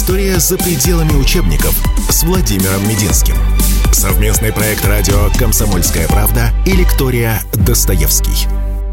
История за пределами учебников с Владимиром Мединским. Совместный проект радио «Комсомольская правда» и лектория «Достоевский».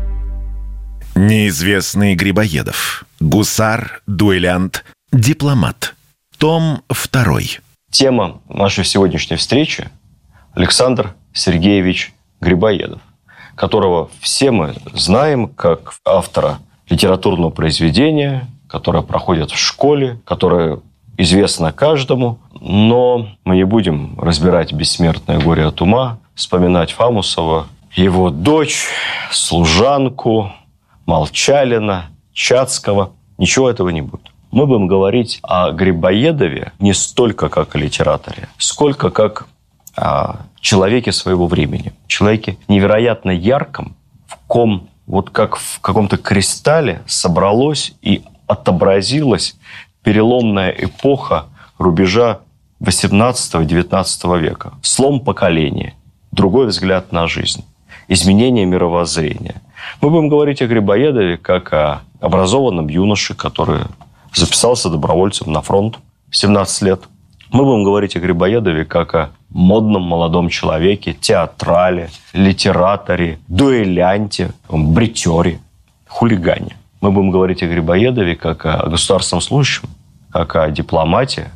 Неизвестный Грибоедов. Гусар, дуэлянт, дипломат. Том 2. Тема нашей сегодняшней встречи – Александр Сергеевич Грибоедов, которого все мы знаем как автора литературного произведения, которое проходит в школе, которое известно каждому. Но мы не будем разбирать «Бессмертное горе от ума», вспоминать Фамусова, его дочь, служанку, Молчалина, Чацкого. Ничего этого не будет. Мы будем говорить о Грибоедове не столько как о литераторе, сколько как о человеке своего времени. Человеке невероятно ярком, в ком, вот как в каком-то кристалле, собралось и отобразилась переломная эпоха рубежа XVIII-XIX века. Слом поколения, другой взгляд на жизнь, изменение мировоззрения. Мы будем говорить о Грибоедове как о образованном юноше, который записался добровольцем на фронт в 17 лет. Мы будем говорить о Грибоедове как о модном молодом человеке, театрале, литераторе, дуэлянте, бритере, хулигане. Мы будем говорить о Грибоедове как о государственном служащем, как о дипломате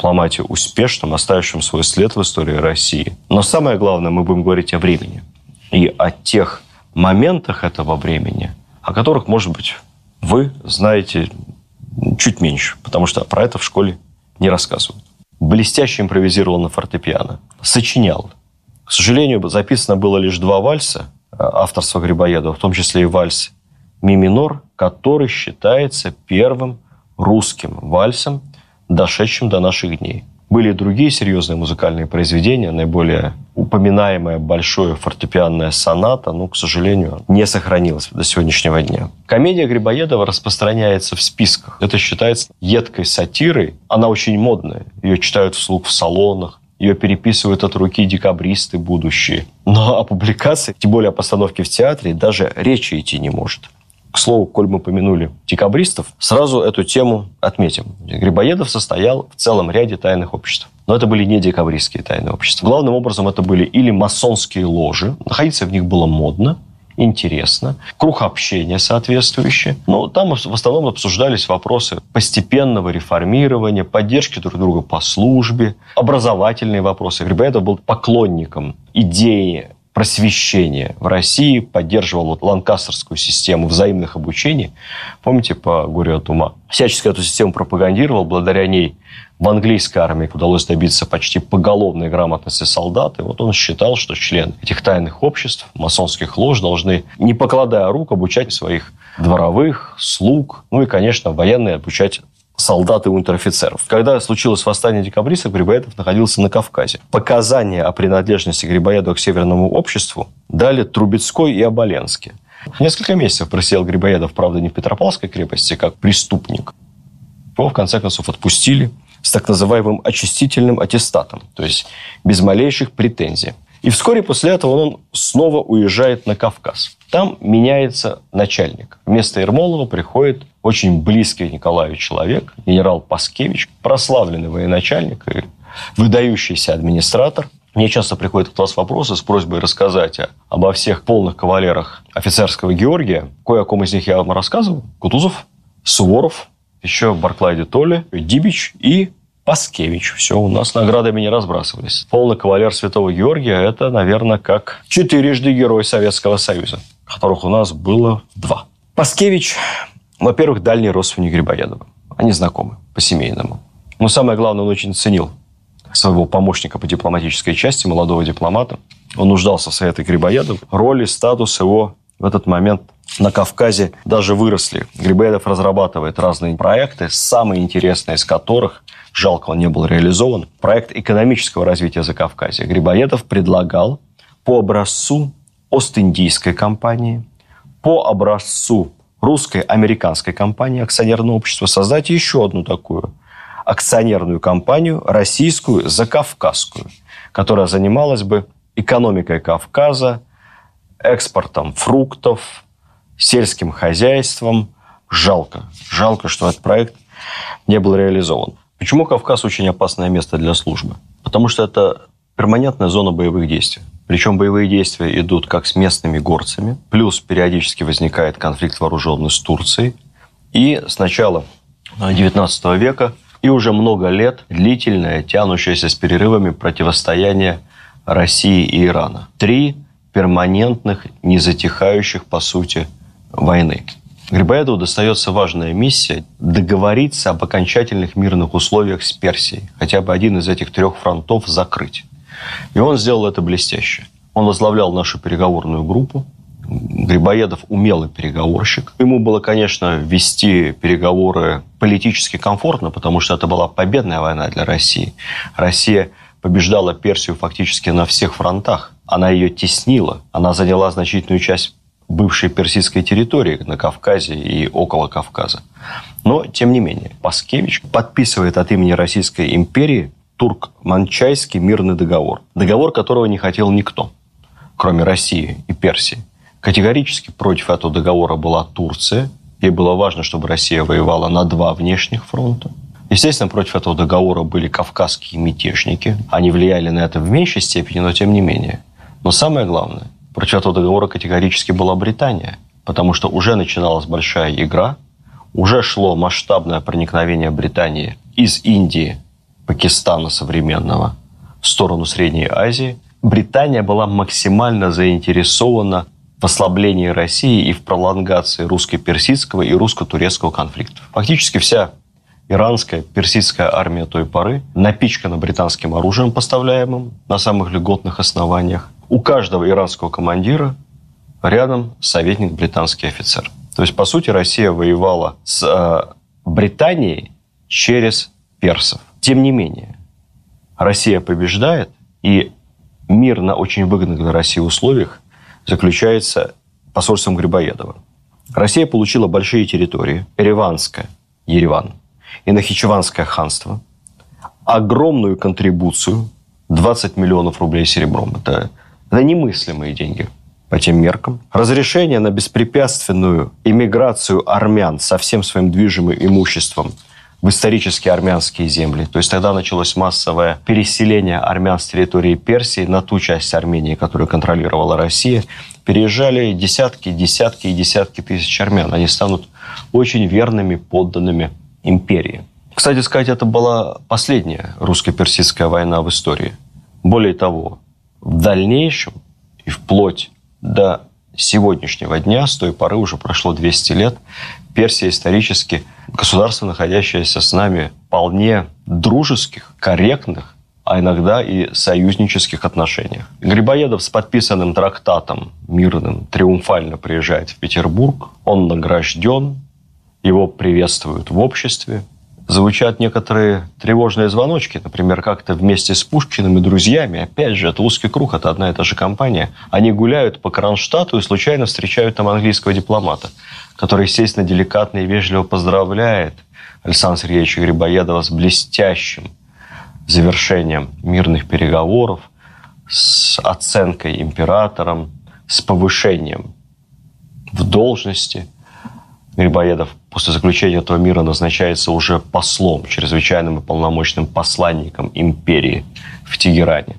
успешном, оставившем свой след в истории России. Но самое главное, мы будем говорить о времени и о тех моментах этого времени, о которых, может быть, вы знаете чуть меньше, потому что про это в школе не рассказывают. Блестяще импровизировал на фортепиано, сочинял. К сожалению, записано было лишь 2 вальса авторства Грибоедова, в том числе и вальс ми минор, который считается первым русским вальсом, дошедшим до наших дней. Были и другие серьезные музыкальные произведения, наиболее упоминаемая большая фортепианная соната, к сожалению, не сохранилась до сегодняшнего дня. Комедия Грибоедова распространяется в списках. Это считается едкой сатирой. Она очень модная. Ее читают вслух в салонах. Ее переписывают от руки декабристы будущие. Но о публикации, тем более о постановке в театре, даже речи идти не может. К слову, коль мы помянули декабристов, сразу эту тему отметим. Грибоедов состоял в целом ряде тайных обществ. Но это были не декабристские тайные общества. Главным образом это были или масонские ложи. Находиться в них было модно, интересно. Круг общения соответствующий. Но там в основном обсуждались вопросы постепенного реформирования, поддержки друг друга по службе, образовательные вопросы. Грибоедов был поклонником идеи просвещения в России, поддерживал ланкастерскую систему взаимных обучений. Помните, по «Горю от ума»? Всячески эту систему пропагандировал. Благодаря ней в английской армии удалось добиться почти поголовной грамотности солдат. И вот он считал, что члены этих тайных обществ, масонских лож, должны, не покладая рук, обучать своих дворовых, слуг, и, конечно, военные обучать солдат и унтер-офицеров. Когда случилось восстание декабристов, Грибоедов находился на Кавказе. Показания о принадлежности Грибоедова к Северному обществу дали Трубецкой и Оболенский. Несколько месяцев просидел Грибоедов, правда, не в Петропавловской крепости, как преступник. Его, в конце концов, отпустили с так называемым очистительным аттестатом, то есть без малейших претензий. И вскоре после этого он снова уезжает на Кавказ. Там меняется начальник. Вместо Ермолова приходит очень близкий Николаю человек, генерал Паскевич, прославленный военачальник и выдающийся администратор. Мне часто приходят от вас вопросы с просьбой рассказать обо всех полных кавалерах офицерского Георгия. Кое о ком из них я вам рассказывал. Кутузов, Суворов, еще Барклай де Толли, Дибич и Паскевич. Все, у нас наградами не разбрасывались. Полный кавалер Святого Георгия – это, наверное, как 4-жды герой Советского Союза, которых у нас было 2. Паскевич, во-первых, дальний родственник Грибоедова. Они знакомы по-семейному. Но самое главное, он очень ценил своего помощника по дипломатической части, молодого дипломата. Он нуждался в совете Грибоедова. Роль и статус его в этот момент на Кавказе даже выросли. Грибоедов разрабатывает разные проекты, самые интересные из которых, жалко, он не был реализован, проект экономического развития Закавказья. Грибоедов предлагал по образцу Ост-Индийской компании, по образцу русско-американской компании акционерного общества создать еще одну такую акционерную компанию, российскую, закавказскую, которая занималась бы экономикой Кавказа, экспортом фруктов, сельским хозяйством. Жалко, что этот проект не был реализован. Почему Кавказ очень опасное место для службы? Потому что это перманентная зона боевых действий. Причем боевые действия идут как с местными горцами, плюс периодически возникает конфликт вооруженный с Турцией. И с начала XIX века и уже много лет длительное, тянущееся с перерывами противостояние России и Ирана. 3 перманентных, незатихающих, по сути, войны. Грибоедову достается важная миссия договориться об окончательных мирных условиях с Персией. Хотя бы один из этих 3 фронтов закрыть. И он сделал это блестяще. Он возглавлял нашу переговорную группу. Грибоедов умелый переговорщик. Ему было, конечно, вести переговоры политически комфортно, потому что это была победная война для России. Россия побеждала Персию фактически на всех фронтах. Она ее теснила. Она заняла значительную часть бывшей персидской территории на Кавказе и около Кавказа. Но, тем не менее, Паскевич подписывает от имени Российской империи Туркманчайский мирный договор. Договор, которого не хотел никто, кроме России и Персии. Категорически против этого договора была Турция. Ей было важно, чтобы Россия воевала на 2 внешних фронта. Естественно, против этого договора были кавказские мятежники. Они влияли на это в меньшей степени, но тем не менее. Но самое главное, против этого договора категорически была Британия. Потому что уже начиналась большая игра. Уже шло масштабное проникновение Британии из Индии, Пакистана современного в сторону Средней Азии. Британия была максимально заинтересована в ослаблении России и в пролонгации русско-персидского и русско-турецкого конфликтов. Фактически вся иранская, персидская армия той поры напичкана британским оружием, поставляемым на самых льготных основаниях. У каждого иранского командира рядом советник британский офицер. То есть, по сути, Россия воевала с Британией через персов. Тем не менее, Россия побеждает, и мир на очень выгодных для России условиях заключается посольством Грибоедова. Россия получила большие территории. Ереванское, Ереван, и Нахичеванское ханство. Огромную контрибуцию, 20 миллионов рублей серебром. Это немыслимые деньги по тем меркам. Разрешение на беспрепятственную эмиграцию армян со всем своим движимым имуществом в исторические армянские земли. То есть тогда началось массовое переселение армян с территории Персии на ту часть Армении, которую контролировала Россия. Переезжали десятки тысяч армян. Они станут очень верными подданными империи. Кстати сказать, это была последняя русско-персидская война в истории. Более того, в дальнейшем и вплоть до сегодняшнего дня, с той поры уже прошло 200 лет, Персия исторически государство, находящееся с нами в вполне дружеских, корректных, а иногда и союзнических отношениях. Грибоедов с подписанным трактатом мирным триумфально приезжает в Петербург. Он награжден, его приветствуют в обществе. Звучат некоторые тревожные звоночки. Например, как-то вместе с Пушкиным и друзьями, опять же, это узкий круг, это одна и та же компания, они гуляют по Кронштадту и случайно встречают там английского дипломата, который, естественно, деликатно и вежливо поздравляет Александра Сергеевича Грибоедова с блестящим завершением мирных переговоров, с оценкой императором, с повышением в должности. Грибоедов после заключения этого мира назначается уже послом, чрезвычайным и полномочным посланником империи в Тегеране.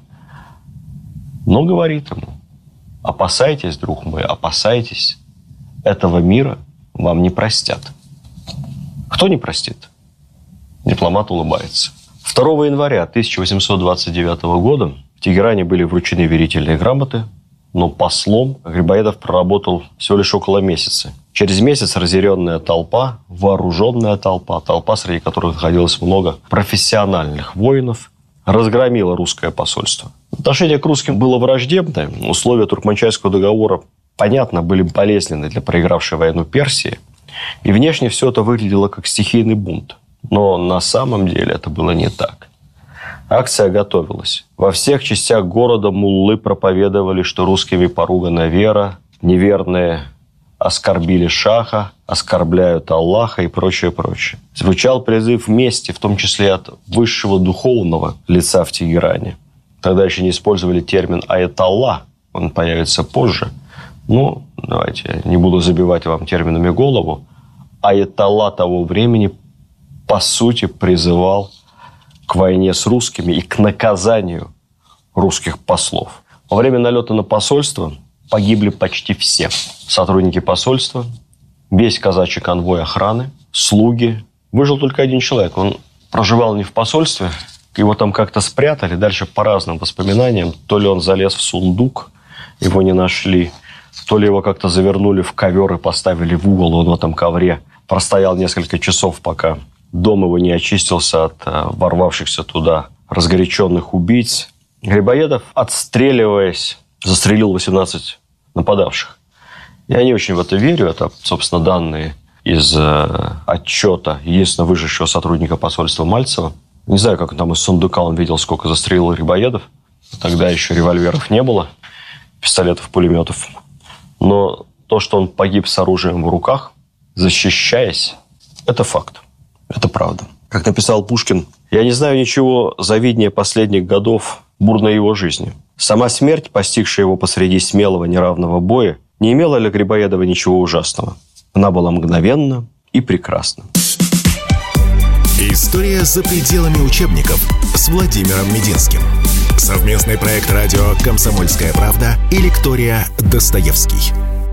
Но говорит ему: опасайтесь, друг мой, опасайтесь, этого мира вам не простят. Кто не простит? Дипломат улыбается. 2 января 1829 года в Тегеране были вручены верительные грамоты, но послом Грибоедов проработал всего лишь около месяца. Через месяц разъяренная толпа, вооруженная толпа, среди которых находилось много профессиональных воинов, разгромила русское посольство. Отношение к русским было враждебное. Условия Туркманчайского договора, понятно, были болезненны для проигравшей войну Персии. И внешне все это выглядело как стихийный бунт. Но на самом деле это было не так. Акция готовилась. Во всех частях города муллы проповедовали, что русскими поругана вера, неверные оскорбили шаха, оскорбляют Аллаха и прочее. Звучал призыв мести, в том числе от высшего духовного лица в Тегеране. Тогда еще не использовали термин «аятолла», он появится позже. Ну, давайте, не буду забивать вам терминами голову. Аятолла того времени, по сути, призывал к войне с русскими и к наказанию русских послов. Во время налета на посольство погибли почти все сотрудники посольства, весь казачий конвой охраны, слуги. Выжил только один человек. Он проживал не в посольстве, его там как-то спрятали. Дальше по разным воспоминаниям, то ли он залез в сундук, его не нашли, то ли его как-то завернули в ковер и поставили в угол, он в этом ковре простоял несколько часов, пока дом его не очистился от ворвавшихся туда разгоряченных убийц. Грибоедов, отстреливаясь, застрелил 18 нападавших. Я не очень в это верю. Это, собственно, данные из отчета единственно выжившего сотрудника посольства Мальцева. Не знаю, как там из сундука он видел, сколько застрелил Грибоедов. Тогда еще револьверов не было, пистолетов, пулеметов. Но то, что он погиб с оружием в руках, защищаясь, это факт. Это правда. Как написал Пушкин, я не знаю ничего завиднее последних годов бурной его жизни. Сама смерть, постигшая его посреди смелого неравного боя, не имела для Грибоедова ничего ужасного. Она была мгновенна и прекрасна. История за пределами учебников с Владимиром Мединским. Совместный проект радио «Комсомольская правда» и лектория «Достоевский».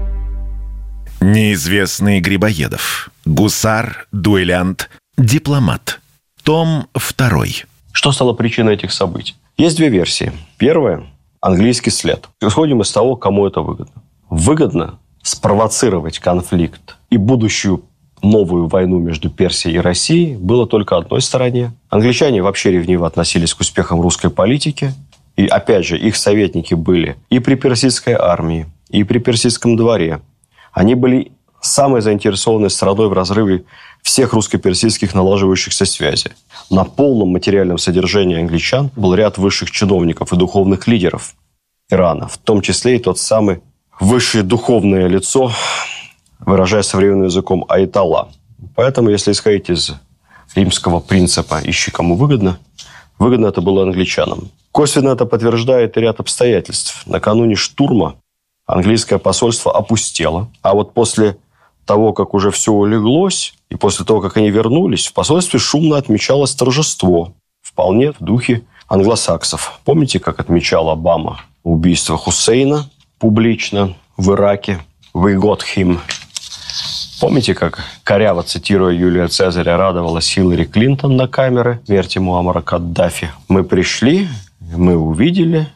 Неизвестный Грибоедов. Гусар, дуэлянт, дипломат. Том 2. Что стало причиной этих событий? Есть две версии. Первая – английский след. Исходим из того, кому это выгодно. Выгодно спровоцировать конфликт и будущую новую войну между Персией и Россией было только одной стороне. Англичане вообще ревниво относились к успехам русской политики. И, опять же, их советники были и при персидской армии, и при персидском дворе. Они были самой заинтересованной страной в разрыве всех русско-персидских налаживающихся связей. На полном материальном содержании англичан был ряд высших чиновников и духовных лидеров Ирана, в том числе и тот самый высшее духовное лицо, выражая современным языком, аятолла. Поэтому, если исходить из римского принципа «ищи, кому выгодно», выгодно это было англичанам. Косвенно это подтверждает и ряд обстоятельств. Накануне штурма английское посольство опустело, а вот после того, как уже все улеглось, и после того, как они вернулись, в посольстве шумно отмечалось торжество, вполне в духе англосаксов. Помните, как отмечал Обама убийство Хусейна публично в Ираке? «We got him». Помните, как, коряво цитируя Юлия Цезаря, радовалась Хиллари Клинтон на камеры смерти Муаммара Каддафи? «Мы пришли, мы увидели,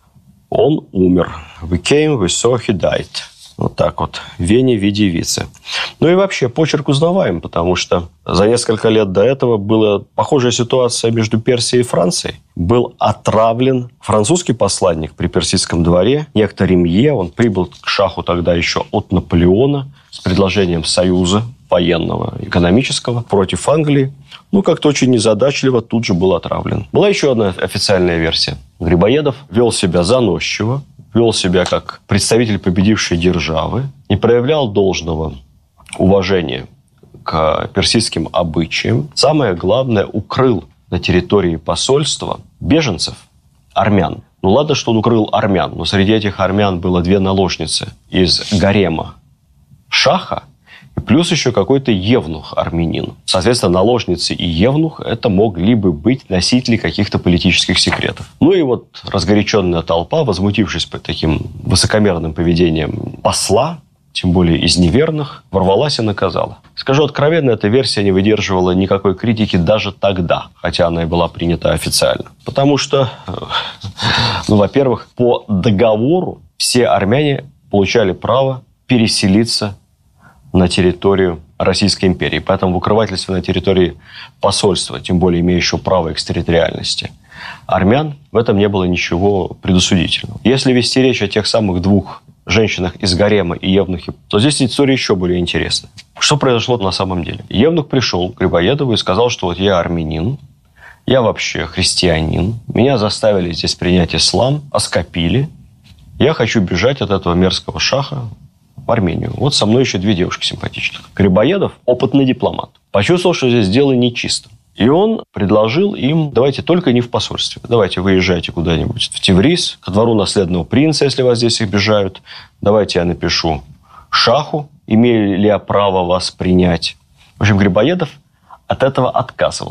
он умер. We came, we saw, he died». Вот так вот. Вене виде вице. Ну и вообще, почерк узнаваем, потому что за несколько лет до этого была похожая ситуация между Персией и Францией. Был отравлен французский посланник при персидском дворе, некто Ремье. Он прибыл к шаху тогда еще от Наполеона с предложением союза военного, экономического против Англии. Ну, как-то очень незадачливо тут же был отравлен. Была еще одна официальная версия. Грибоедов вел себя заносчиво, вел себя как представитель победившей державы, не проявлял должного уважения к персидским обычаям. Самое главное, укрыл на территории посольства беженцев, армян. Ну ладно, что он укрыл армян, но среди этих армян было две наложницы из гарема шаха, и плюс еще какой-то евнух-армянин. Соответственно, наложницы и евнух – это могли бы быть носители каких-то политических секретов. Ну и вот разгоряченная толпа, возмутившись таким высокомерным поведением посла, тем более из неверных, ворвалась и наказала. Скажу откровенно, эта версия не выдерживала никакой критики даже тогда, хотя она и была принята официально. Потому что, во-первых, по договору все армяне получали право переселиться на территорию Российской империи. Поэтому в укрывательстве на территории посольства, тем более имеющего право экстерриториальности, армян в этом не было ничего предосудительного. Если вести речь о тех самых двух женщинах из гарема и евнухе, то здесь история еще более интересная. Что произошло на самом деле? Евнух пришел к Грибоедову и сказал, что вот я армянин, я вообще христианин, меня заставили здесь принять ислам, оскопили, я хочу бежать от этого мерзкого шаха в Армению. Вот со мной еще две девушки симпатичных. Грибоедов, опытный дипломат, почувствовал, что здесь дело нечисто. И он предложил им, давайте только не в посольстве. Давайте выезжайте куда-нибудь в Теврис, ко двору наследного принца, если вас здесь обижают. Давайте я напишу шаху, имею ли я право вас принять. В общем, Грибоедов от этого отказывался.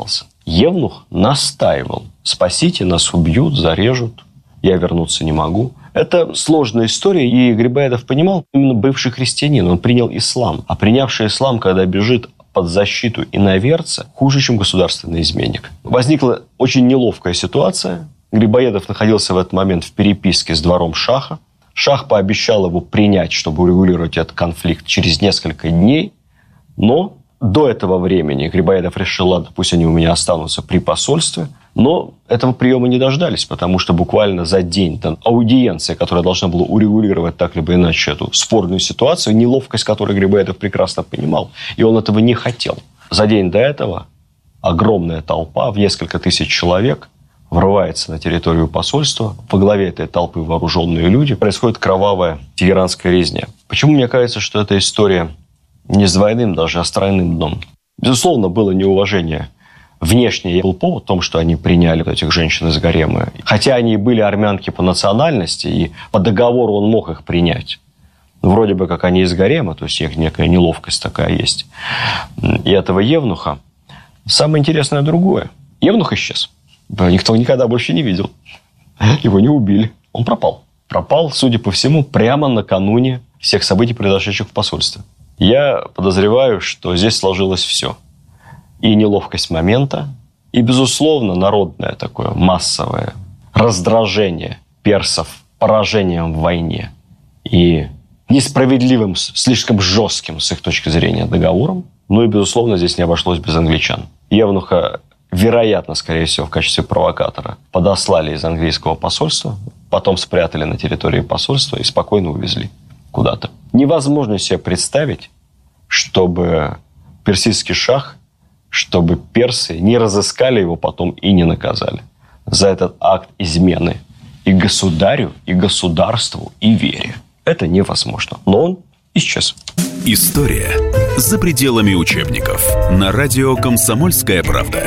Евнух настаивал: спасите, нас убьют, зарежут, я вернуться не могу. Это сложная история, и Грибоедов понимал, именно бывший христианин, он принял ислам. А принявший ислам, когда бежит под защиту иноверца, хуже, чем государственный изменник. Возникла очень неловкая ситуация. Грибоедов находился в этот момент в переписке с двором шаха. Шах пообещал его принять, чтобы урегулировать этот конфликт через несколько дней. Но до этого времени Грибоедов решил: ладно, пусть они у меня останутся при посольстве. Но этого приема не дождались, потому что буквально за день до аудиенции, которая должна была урегулировать так либо иначе эту спорную ситуацию, неловкость которой Грибоедов прекрасно понимал, и он этого не хотел. За день до этого огромная толпа в несколько тысяч человек врывается на территорию посольства. Во главе этой толпы вооруженные люди. Происходит кровавая тегеранская резня. Почему мне кажется, что эта история не с двойным даже, а с тройным дном? Безусловно, было неуважение. Внешне был повод в том, что они приняли этих женщин из гарема. Хотя они и были армянки по национальности, и по договору он мог их принять. Вроде бы как они из гарема, то есть их некая неловкость такая есть. И этого евнуха. Самое интересное другое. Евнух исчез. Никто никогда больше не видел. Его не убили. Он пропал. Пропал, судя по всему, прямо накануне всех событий, произошедших в посольстве. Я подозреваю, что здесь сложилось все. И неловкость момента, и, безусловно, народное такое массовое раздражение персов поражением в войне и несправедливым, слишком жестким с их точки зрения договором. Ну и, безусловно, здесь не обошлось без англичан. Евнуха, вероятно, скорее всего, в качестве провокатора подослали из английского посольства, потом спрятали на территории посольства и спокойно увезли куда-то. Невозможно себе представить, чтобы персидский шах, чтобы персы не разыскали его потом и не наказали за этот акт измены и государю, и государству, и вере. Это невозможно. Но он исчез. История за пределами учебников. На радио «Комсомольская правда».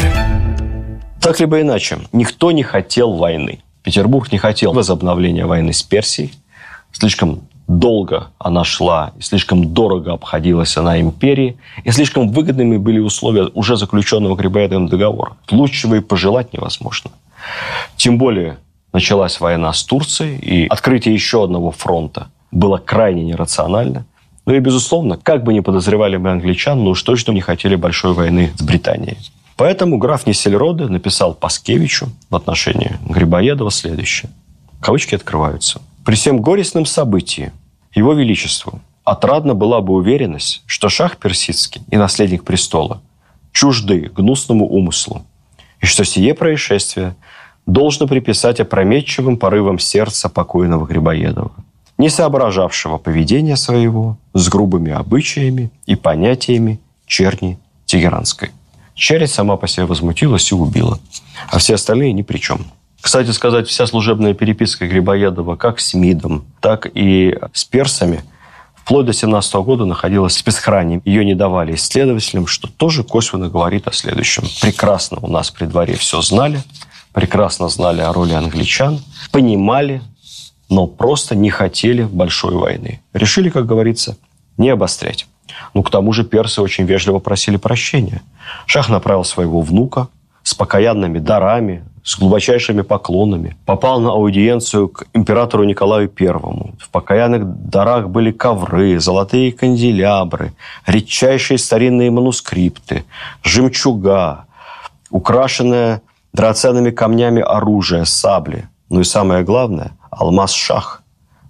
Так либо иначе, никто не хотел войны. Петербург не хотел возобновления войны с Персией. Слишком долго она шла, и слишком дорого обходилась она империи, и слишком выгодными были условия уже заключенного Грибоедовым договора. Лучшего и пожелать невозможно. Тем более началась война с Турцией, и открытие еще одного фронта было крайне нерационально. Ну и, безусловно, как бы ни подозревали мы англичан, но уж точно не хотели большой войны с Британией. Поэтому граф Нессельроде написал Паскевичу в отношении Грибоедова следующее. Кавычки открываются. «При всем горестном событии Его Величеству отрадна была бы уверенность, что шах персидский и наследник престола чужды гнусному умыслу, и что сие происшествие должно приписать опрометчивым порывам сердца покойного Грибоедова, не соображавшего поведения своего с грубыми обычаями и понятиями черни тегеранской». Чернь сама по себе возмутилась и убила, а все остальные ни при чем. Кстати сказать, вся служебная переписка Грибоедова как с МИДом, так и с персами вплоть до 1917 года находилась в спецхране. Ее не давали исследователям, что тоже косвенно говорит о следующем. Прекрасно у нас при дворе все знали, прекрасно знали о роли англичан, понимали, но просто не хотели большой войны. Решили, как говорится, не обострять. Ну, к тому же персы очень вежливо просили прощения. Шах направил своего внука с покаянными дарами, с глубочайшими поклонами. Попал на аудиенцию к императору Николаю I. В покаянных дарах были ковры, золотые канделябры, редчайшие старинные манускрипты, жемчуга, украшенное драгоценными камнями оружие, сабли. Ну и самое главное – алмаз-шах.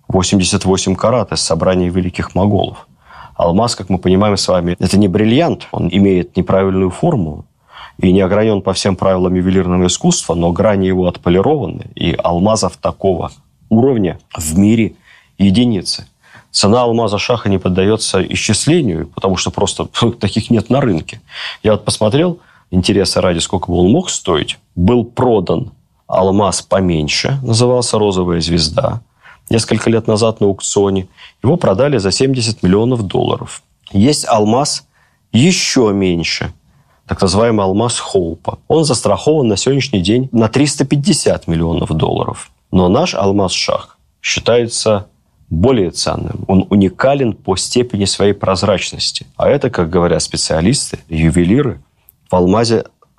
88 карат из собрания великих моголов. Алмаз, как мы понимаем с вами, это не бриллиант. Он имеет неправильную форму и не огранен по всем правилам ювелирного искусства, но грани его отполированы, и алмазов такого уровня в мире единицы. Цена алмаза шаха не поддается исчислению, потому что просто таких нет на рынке. Я вот посмотрел, интереса ради, сколько бы он мог стоить. Был продан алмаз поменьше, назывался «Розовая звезда», несколько лет назад на аукционе. Его продали за $70 миллионов. Есть алмаз еще меньше, так называемый алмаз Холпа. Он застрахован на сегодняшний день на $350 миллионов. Но наш алмаз-шах считается более ценным. Он уникален по степени своей прозрачности. А это, как говорят специалисты, ювелиры, в алмазе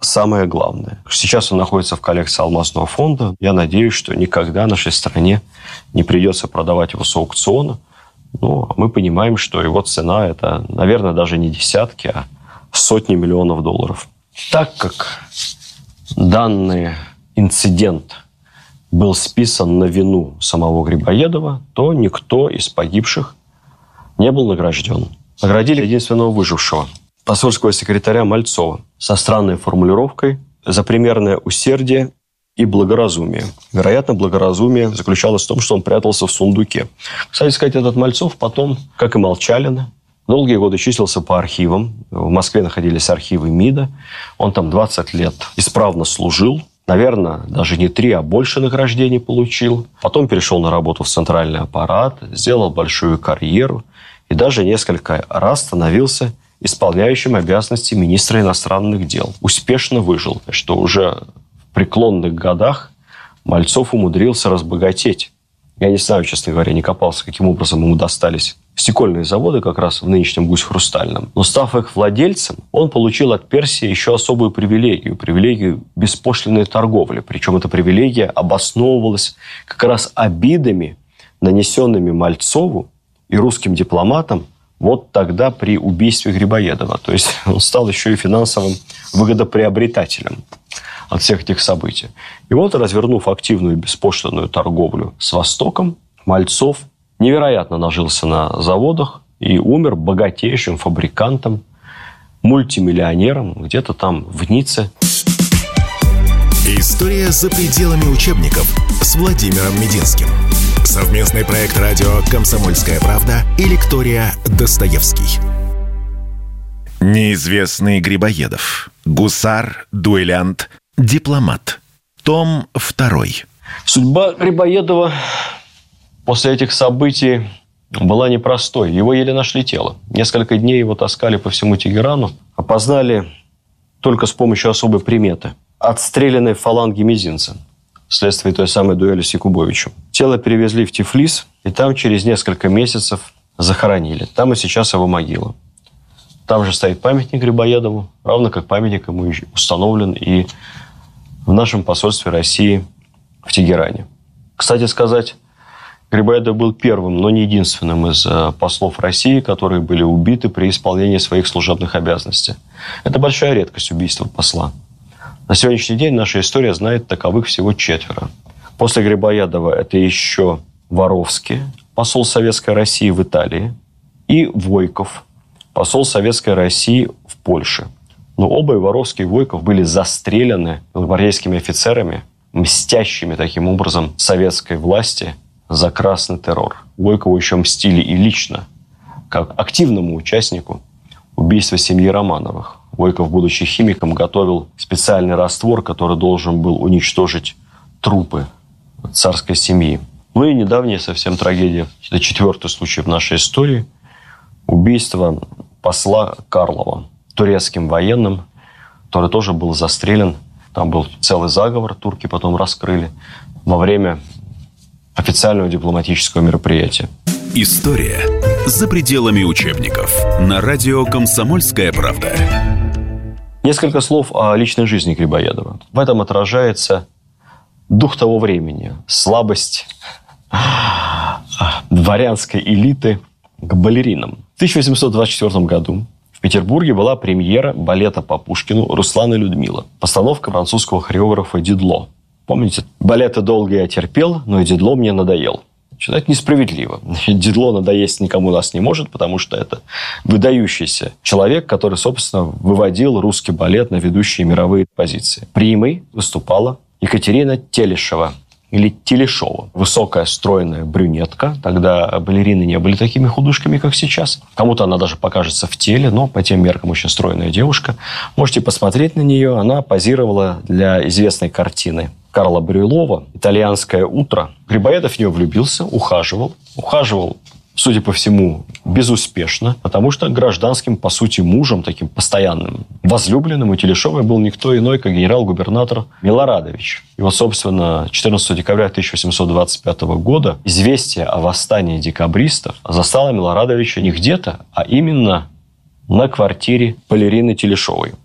самое главное. Сейчас он находится в коллекции Алмазного фонда. Я надеюсь, что никогда нашей стране не придется продавать его с аукциона. Но мы понимаем, что его цена – это, наверное, даже не десятки, а сотни миллионов долларов. Так как данный инцидент был списан на вину самого Грибоедова, то никто из погибших не был награжден. Наградили единственного выжившего, посольского секретаря Мальцова, со странной формулировкой «за примерное усердие и благоразумие». Вероятно, благоразумие заключалось в том, что он прятался в сундуке. Кстати сказать, этот Мальцов потом, как и Молчалин, долгие годы числился по архивам. В Москве находились архивы МИДа. Он там 20 лет исправно служил. Наверное, даже не 3, а больше награждений получил. Потом перешел на работу в центральный аппарат, сделал большую карьеру и даже несколько раз становился исполняющим обязанности министра иностранных дел. Успешно выжил, что уже в преклонных годах Мальцов умудрился разбогатеть. Я не знаю, честно говоря, не копался, каким образом ему достались стекольные заводы как раз в нынешнем Гусь-Хрустальном. Но став их владельцем, он получил от Персии еще особую привилегию беспошлинной торговли. Причем эта привилегия обосновывалась как раз обидами, нанесенными Мальцову и русским дипломатам вот тогда при убийстве Грибоедова. То есть он стал еще и финансовым выгодоприобретателем от всех этих событий. И вот, развернув активную беспошлинную торговлю с Востоком, Мальцов невероятно нажился на заводах и умер богатейшим фабрикантом, мультимиллионером где-то там в Ницце. История за пределами учебников с Владимиром Мединским. Совместный проект радио «Комсомольская правда» и лектория «Достоевский». Неизвестный Грибоедов. Гусар, дуэлянт, дипломат. Том 2. Судьба Грибоедова после этих событий была непростой. Его еле нашли тело. Несколько дней его таскали по всему Тегерану. Опознали только с помощью особой приметы. Отстрелянной фаланги мизинца. Вследствие той самой дуэли с Якубовичем. Тело перевезли в Тифлис, и там через несколько месяцев захоронили. Там и сейчас его могила. Там же стоит памятник Грибоедову, равно как памятник ему установлен и в нашем посольстве России в Тегеране. Кстати сказать, Грибоедов был первым, но не единственным из послов России, которые были убиты при исполнении своих служебных обязанностей. Это большая редкость убийства посла. На сегодняшний день наша история знает таковых всего 4. После Грибоедова это еще Воровский, посол Советской России в Италии, и Войков, посол Советской России в Польше. Но оба, и Воровский, и Войков, были застрелены гвардейскими офицерами, мстящими таким образом советской власти за красный террор. Войкову еще мстили и лично, как активному участнику убийства семьи Романовых. Войков, будучи химиком, готовил специальный раствор, который должен был уничтожить трупы царской семьи. Ну и недавняя совсем трагедия. Это 4-й случай в нашей истории. Убийство посла Карлова турецким военным, который тоже был застрелен. Там был целый заговор, турки потом раскрыли во время официального дипломатического мероприятия. История за пределами учебников. На радио «Комсомольская правда». Несколько слов о личной жизни Грибоедова. В этом отражается дух того времени, слабость дворянской элиты к балеринам. В 1824 году в Петербурге была премьера балета по Пушкину «Руслан и Людмила». Постановка французского хореографа Дидло. Помните, балеты долго я терпел, но и Дидло мне надоел. Это несправедливо. Дидло надоесть никому нас не может, потому что это выдающийся человек, который, собственно, выводил русский балет на ведущие мировые позиции. Примой выступала Екатерина Телешева или Телешова. Высокая, стройная брюнетка. Тогда балерины не были такими худышками, как сейчас. Кому-то она даже покажется в теле, но по тем меркам очень стройная девушка. Можете посмотреть на нее. Она позировала для известной картины Карла Брюлова «Итальянское утро». Грибоедов в нее влюбился, ухаживал, судя по всему, безуспешно, потому что гражданским, по сути, мужем, таким постоянным, возлюбленным у Телешовой был никто иной, как генерал-губернатор Милорадович. И вот, собственно, 14 декабря 1825 года известие о восстании декабристов застало Милорадовича не где-то, а именно на квартире балерины Телешовой.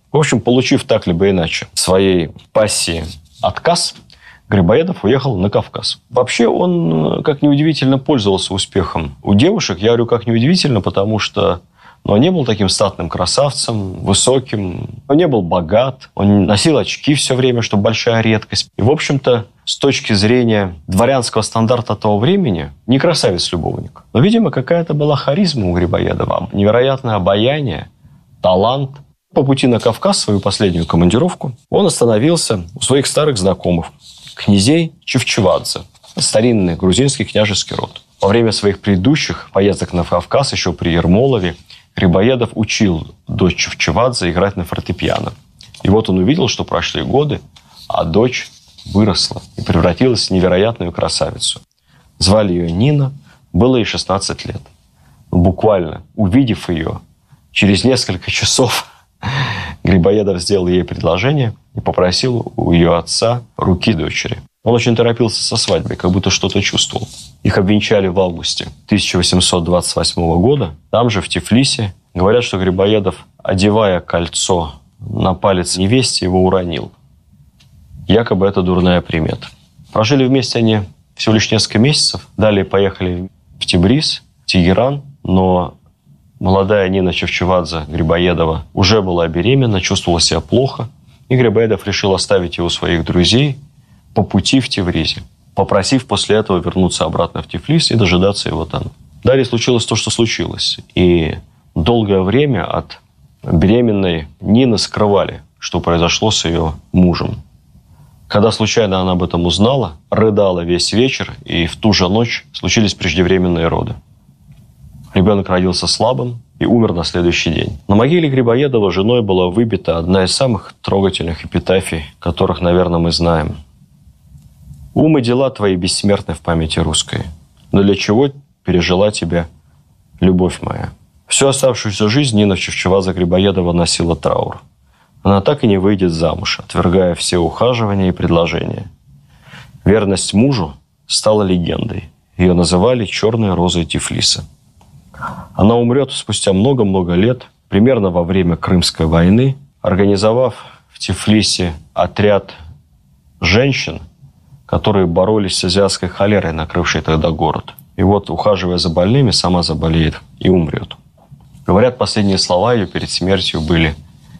В общем, получив так либо иначе своей пассии отказ, Грибоедов уехал на Кавказ. Вообще он, как ни удивительно, пользовался успехом у девушек. Я говорю, как ни удивительно, потому что он не был таким статным красавцем, высоким. Он не был богат. Он носил очки все время, что большая редкость. И, в общем-то, с точки зрения дворянского стандарта того времени, не красавец-любовник. Но, видимо, какая-то была харизма у Грибоедова. Невероятное обаяние, талант. По пути на Кавказ, свою последнюю командировку, он остановился у своих старых знакомых, князей Чевчевадзе, старинный грузинский княжеский род. Во время своих предыдущих поездок на Кавказ, еще при Ермолове, Грибоедов учил дочь Чевчевадзе играть на фортепиано. И вот он увидел, что прошли годы, а дочь выросла и превратилась в невероятную красавицу. Звали ее Нина, было ей 16 лет. Буквально увидев ее, через несколько часов Грибоедов сделал ей предложение и попросил у ее отца руки дочери. Он очень торопился со свадьбой, как будто что-то чувствовал. Их обвенчали в августе 1828 года. Там же, в Тифлисе, говорят, что Грибоедов, одевая кольцо на палец невесте, его уронил. Якобы это дурная примета. Прожили вместе они всего лишь несколько месяцев. Далее поехали в Тебриз, Тегеран, но молодая Нина Чевчевадзе Грибоедова уже была беременна, чувствовала себя плохо. И Грибоедов решил оставить его у своих друзей по пути в Тевризе, попросив после этого вернуться обратно в Тифлис и дожидаться его там. Далее случилось то, что случилось. И долгое время от беременной Нины скрывали, что произошло с ее мужем. Когда случайно она об этом узнала, рыдала весь вечер, и в ту же ночь случились преждевременные роды. Ребенок родился слабым и умер на следующий день. На могиле Грибоедова женой была выбита одна из самых трогательных эпитафий, которых, наверное, мы знаем. «Ум и дела твои бессмертны в памяти русской. Но для чего пережила тебя любовь моя?» Всю оставшуюся жизнь Нина Чевчевадзе Грибоедова носила траур. Она так и не выйдет замуж, отвергая все ухаживания и предложения. Верность мужу стала легендой. Ее называли «черной розой Тифлиса». Она умрет спустя много-много лет, примерно во время Крымской войны, организовав в Тифлисе отряд женщин, которые боролись с азиатской холерой, накрывшей тогда город. И вот, ухаживая за больными, сама заболеет и умрет. Говорят, последние слова ее перед смертью были: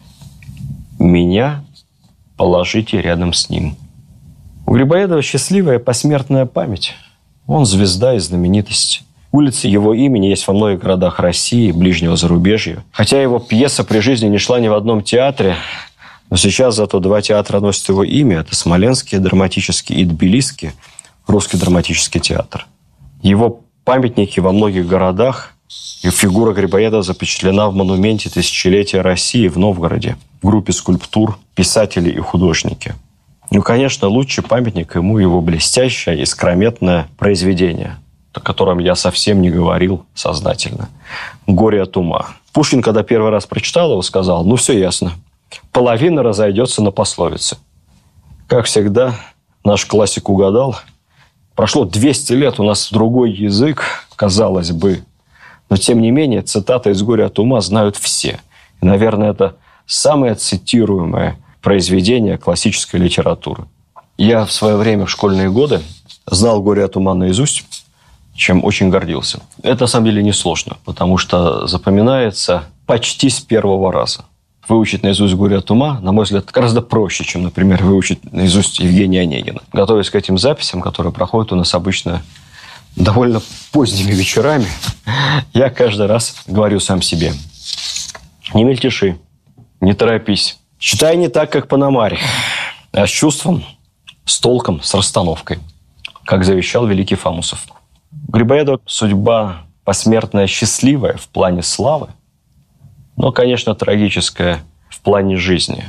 «Меня положите рядом с ним». У Грибоедова счастливая посмертная память. Он звезда и знаменитость. Улицы его имени есть во многих городах России, ближнего зарубежья. Хотя его пьеса при жизни не шла ни в одном театре, но сейчас зато два театра носят его имя. Это Смоленский драматический и Тбилисский русский драматический театр. Его памятники во многих городах, и фигура Грибоедова запечатлена в монументе «Тысячелетия России» в Новгороде, в группе скульптур «Писатели и художники». Ну, конечно, лучший памятник ему его блестящее, искрометное произведение, о котором я совсем не говорил сознательно. «Горе от ума». Пушкин, когда первый раз прочитал его, сказал: ну, все ясно. Половина разойдется на пословицы. Как всегда, наш классик угадал. Прошло 200 лет, у нас другой язык, казалось бы. Но, тем не менее, цитаты из «Горя от ума» знают все. И, наверное, это самое цитируемое произведение классической литературы. Я в свое время, в школьные годы, знал «Горе от ума» наизусть, чем очень гордился. Это, на самом деле, несложно, потому что запоминается почти с первого раза. Выучить наизусть «Горе от ума», на мой взгляд, гораздо проще, чем, например, выучить наизусть Евгения Онегина. Готовясь к этим записям, которые проходят у нас обычно довольно поздними вечерами, я каждый раз говорю сам себе: не мельтеши, не торопись. Читай не так, как Пономарь, а с чувством, с толком, с расстановкой, как завещал великий Фамусов. Грибоедова судьба посмертная счастливая в плане славы, но, конечно, трагическая в плане жизни.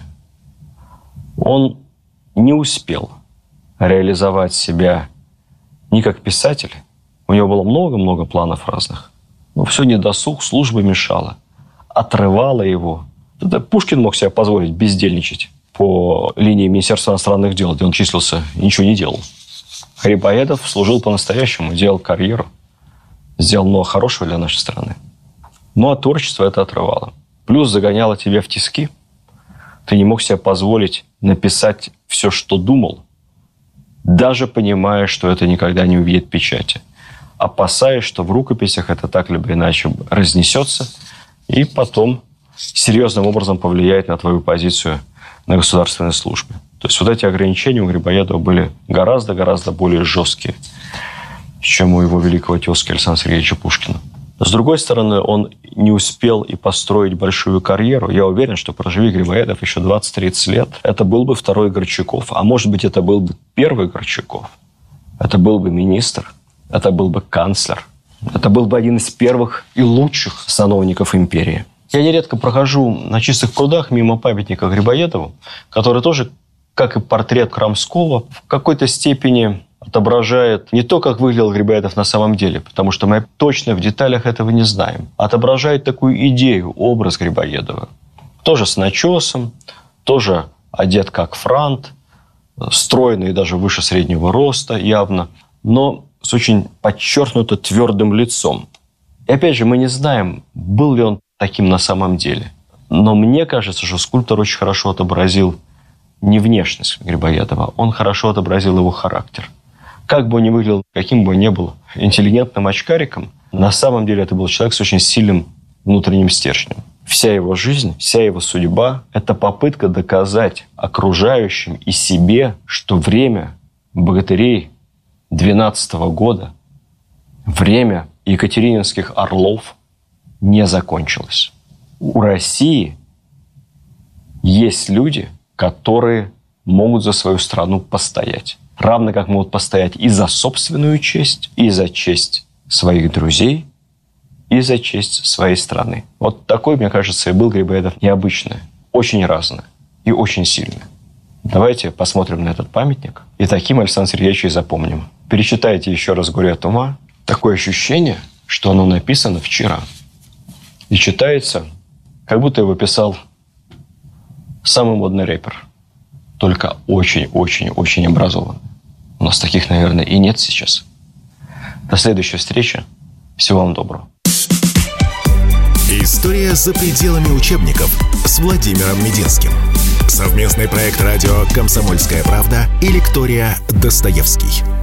Он не успел реализовать себя ни как писатель. У него было много-много планов разных. Но все недосуг, служба мешала, отрывала его. Тогда Пушкин мог себе позволить бездельничать по линии Министерства иностранных дел, где он числился и ничего не делал. Грибоедов служил по-настоящему, делал карьеру, сделал много хорошего для нашей страны. Ну, а творчество это отрывало. Плюс загоняло тебя в тиски. Ты не мог себе позволить написать все, что думал, даже понимая, что это никогда не увидит печати, опасаясь, что в рукописях это так либо иначе разнесется и потом серьезным образом повлияет на твою позицию на государственной службе. То есть вот эти ограничения у Грибоедова были гораздо-гораздо более жесткие, чем у его великого тезки Александра Сергеевича Пушкина. С другой стороны, он не успел и построить большую карьеру. Я уверен, что проживи Грибоедов еще 20-30 лет, это был бы второй Горчаков. А может быть, это был бы первый Горчаков. Это был бы министр, это был бы канцлер. Это был бы один из первых и лучших сановников империи. Я нередко прохожу на Чистых прудах мимо памятника Грибоедову, который тоже, как и портрет Крамского, в какой-то степени отображает не то, как выглядел Грибоедов на самом деле, потому что мы точно в деталях этого не знаем. Отображает такую идею, образ Грибоедова. Тоже с начесом, тоже одет как франт, стройный даже выше среднего роста явно, но с очень подчеркнуто твердым лицом. И опять же, мы не знаем, был ли он таким на самом деле. Но мне кажется, что скульптор очень хорошо отобразил не внешность Грибоедова, он хорошо отобразил его характер. Как бы он ни выглядел, каким бы он ни был интеллигентным очкариком, на самом деле это был человек с очень сильным внутренним стержнем. Вся его жизнь, вся его судьба – это попытка доказать окружающим и себе, что время богатырей 12 года, время екатерининских орлов не закончилось. У России есть люди, которые могут за свою страну постоять. Равно как могут постоять и за собственную честь, и за честь своих друзей, и за честь своей страны. Вот такой, мне кажется, и был Грибоедов необычный, очень разный и очень сильный. Давайте посмотрим на этот памятник и таким Александра Сергеевича и запомним. Перечитайте еще раз «Горе от ума». Такое ощущение, что оно написано вчера. И читается, как будто его писал самый модный рэпер. Только очень-очень-очень образованный. У нас таких, наверное, и нет сейчас. До следующей встречи. Всего вам доброго. История за пределами учебников с Владимиром Мединским. Совместный проект радио «Комсомольская правда» и лектория «Достоевский».